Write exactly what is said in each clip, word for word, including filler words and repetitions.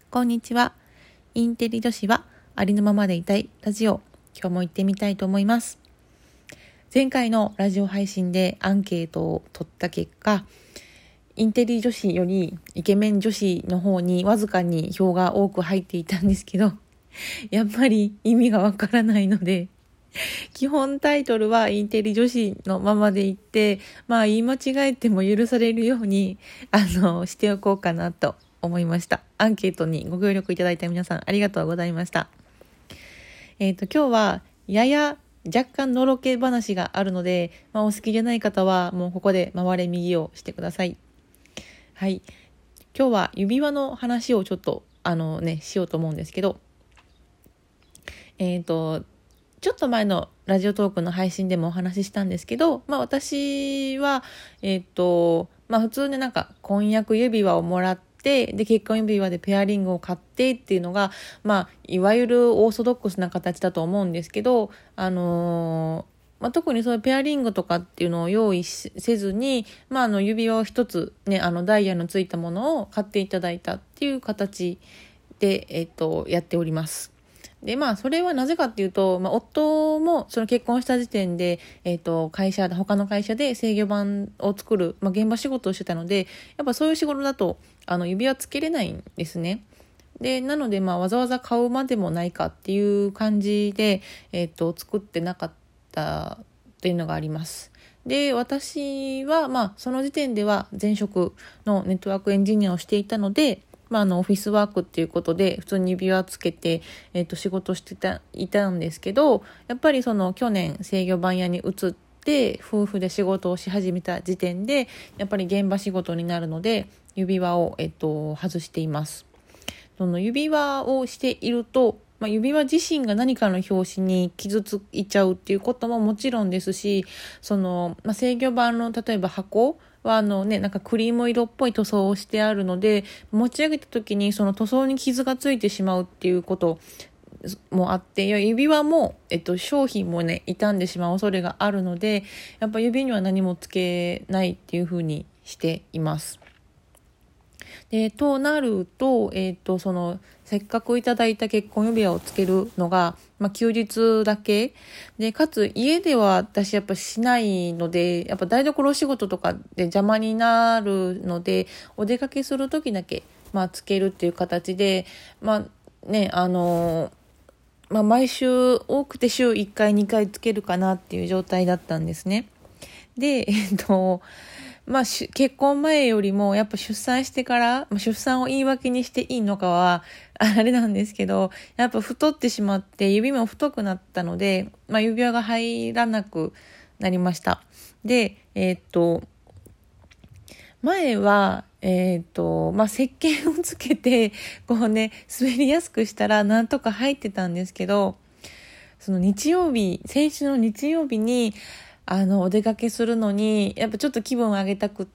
こんにちは。インテリ女子はありのままでいたいラジオ、今日も行ってみたいと思います。前回のラジオ配信でアンケートを取った結果、インテリ女子よりイケメン女子の方にわずかに票が多く入っていたんですけど、やっぱり意味がわからないので、基本タイトルはインテリ女子のままでいって、まあ言い間違えても許されるようにあのしておこうかなと思いました。アンケートにご協力いただいた皆さんありがとうございました。えっと今日はやや若干のろけ話があるので、まあ、お好きじゃない方はもうここで回れ右をしてください。はい、今日は指輪の話をちょっとあのねしようと思うんですけど、えっとちょっと前のラジオトークの配信でもお話ししたんですけど、まあ私はえっとまあ普通になんか婚約指輪をもらってで結婚指輪でペアリングを買ってっていうのが、まあ、いわゆるオーソドックスな形だと思うんですけど、あのーまあ、特にそういうペアリングとかっていうのを用意せずに、まあ、あの指輪を一つ、ね、あのダイヤのついたものを買っていただいたっていう形で、えっと、やっております。でまあそれはなぜかっていうと、まあ、夫もその結婚した時点で、えー、と会社他の会社で制御盤を作る、まあ、現場仕事をしてたので、やっぱそういう仕事だとあの指輪つけれないんですね。でなので、まあ、わざわざ買うまでもないかっていう感じで、えー、と作ってなかったっていうのがあります。で私は、まあ、その時点では前職のネットワークエンジニアをしていたので、まあ、あのオフィスワークっていうことで普通に指輪つけて、えー、と仕事してたいたんですけど、やっぱりその去年制御盤屋に移って夫婦で仕事をし始めた時点でやっぱり現場仕事になるので指輪を、えー、と外しています。その指輪をしていると、まあ、指輪自身が何かの拍子に傷ついちゃうっていうことももちろんですし、その、まあ、制御盤の例えば箱はあのね、なんかクリーム色っぽい塗装をしてあるので、持ち上げた時にその塗装に傷がついてしまうっていうこともあって、指輪も、えっと、商品もね傷んでしまう恐れがあるので、やっぱ指には何もつけないっていう風にしています。でとなると、えー、とそのせっかくいただいた結婚指輪をつけるのが、まあ、休日だけで、かつ家では私やっぱしないので、やっぱ台所仕事とかで邪魔になるので、お出かけする時だけ、まあ、つけるっていう形で、まあねあのーまあ、毎週多くて週いっかいにかいつけるかなっていう状態だったんですね。でえっ、とまあ、結婚前よりもやっぱ出産してから、まあ、出産を言い訳にしていいのかはあれなんですけど、やっぱ太ってしまって指も太くなったので、まあ、指輪が入らなくなりました。でえー、っと前はえー、っとまあ石鹸をつけてこうね滑りやすくしたらなんとか入ってたんですけど、その日曜日先週の日曜日にあのお出かけするのにやっぱちょっと気分を上げたくって、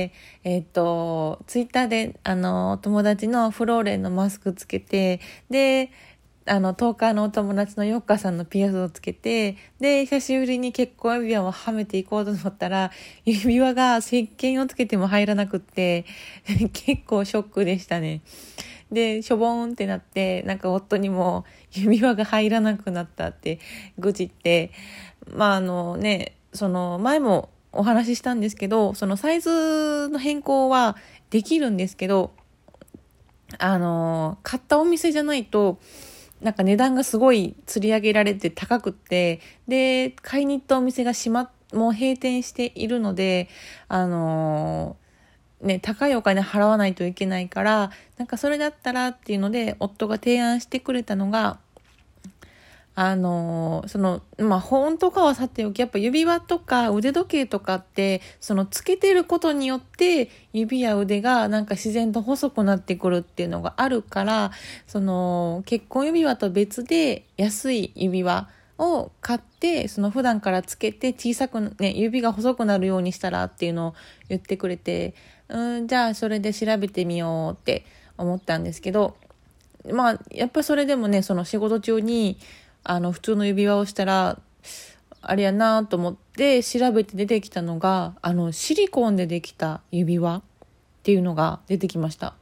えっとツイッターであの友達のフローレンのマスクつけて、であのトーカーのお友達のヨッカさんのピアスをつけて、で久しぶりに結婚指輪をはめていこうと思ったら、指輪が石鹸をつけても入らなくって結構ショックでしたね。でしょぼーんってなって、なんか夫にも指輪が入らなくなったって愚痴って、まああのねその前もお話ししたんですけど、そのサイズの変更はできるんですけど、あの買ったお店じゃないとなんか値段がすごい釣り上げられて高くって、で買いに行ったお店が閉まもう閉店しているので、あのね、高いお金払わないといけないから、なんかそれだったらっていうので夫が提案してくれたのが、あのそのまあ本とかはさておき、やっぱ指輪とか腕時計とかってそのつけてることによって指や腕がなんか自然と細くなってくるっていうのがあるから、その結婚指輪と別で安い指輪を買って、その普段からつけて小さくね指が細くなるようにしたらっていうのを言ってくれて、うんじゃあそれで調べてみようって思ったんですけど、まあやっぱりそれでもねその仕事中にあの普通の指輪をしたらあれやなと思って調べて出てきたのが、あのシリコンでできた指輪っていうのが出てきました。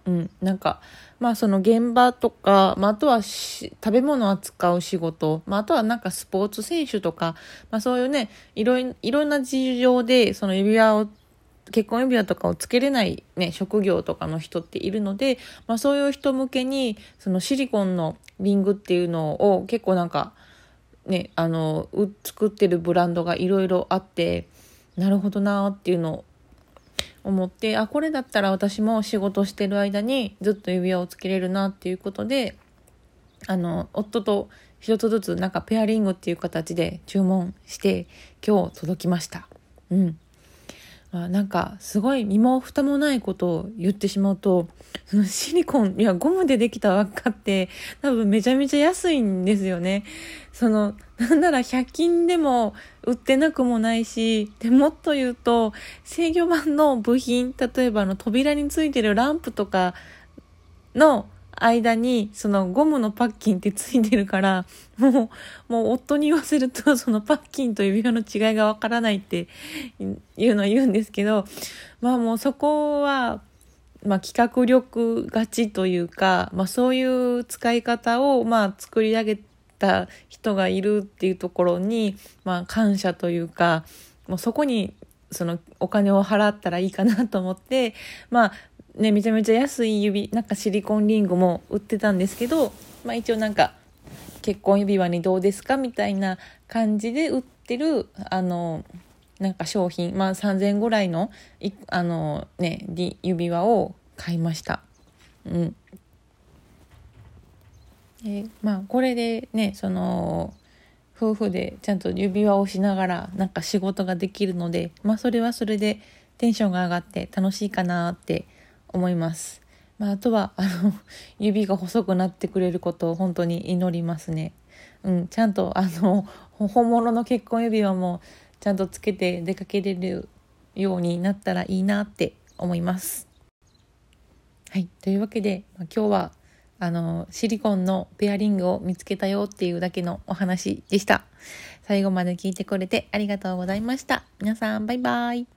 うん、なんかまあその現場とか、まあ、あとはし食べ物を扱う仕事、まあ、あとはなんかスポーツ選手とか、まあ、そういうねいろいいろんな事情でその指輪を結婚指輪とかをつけれない、ね、職業とかの人っているので、まあ、そういう人向けにそのシリコンのリングっていうのを結構なんかねあのう作ってるブランドがいろいろあって、なるほどなっていうのを思って、あこれだったら私も仕事してる間にずっと指輪をつけれるなっていうことで、あの夫と一つずつなんかペアリングっていう形で注文して今日届きました。うん。まあ、なんかすごい身も蓋もないことを言ってしまうと、そのシリコンいやゴムでできた輪っかって多分めちゃめちゃ安いんですよね。そのなんならひゃく均でも売ってなくもないし、でもっと言うと制御盤の部品、例えばあの扉についてるランプとかの間にそのゴムのパッキンってついてるから、もうもう夫に言わせるとそのパッキンと指輪の違いがわからないっていうのは言うんですけど、まあもうそこはまあ企画力勝ちというか、まあそういう使い方をまあ作り上げた人がいるっていうところにまあ感謝というか、もうそこにそのお金を払ったらいいかなと思って、まあね、めちゃめちゃ安い指、なんかシリコンリングも売ってたんですけど、まあ一応なんか結婚指輪にどうですかみたいな感じで売ってるあのなんか商品、まあさんぜんえんぐらいのいあのね指輪を買いました。うん。えまあこれでねその夫婦でちゃんと指輪をしながらなんか仕事ができるので、まあそれはそれでテンションが上がって楽しいかなって思います。まあ、あとはあの指が細くなってくれることを本当に祈りますね。うん、ちゃんとあの本物の結婚指輪もちゃんとつけて出かけれるようになったらいいなって思います。はい、というわけで、まあ、今日はあのシリコンのペアリングを見つけたよっていうだけのお話でした。最後まで聞いてくれてありがとうございました。皆さんバイバイ。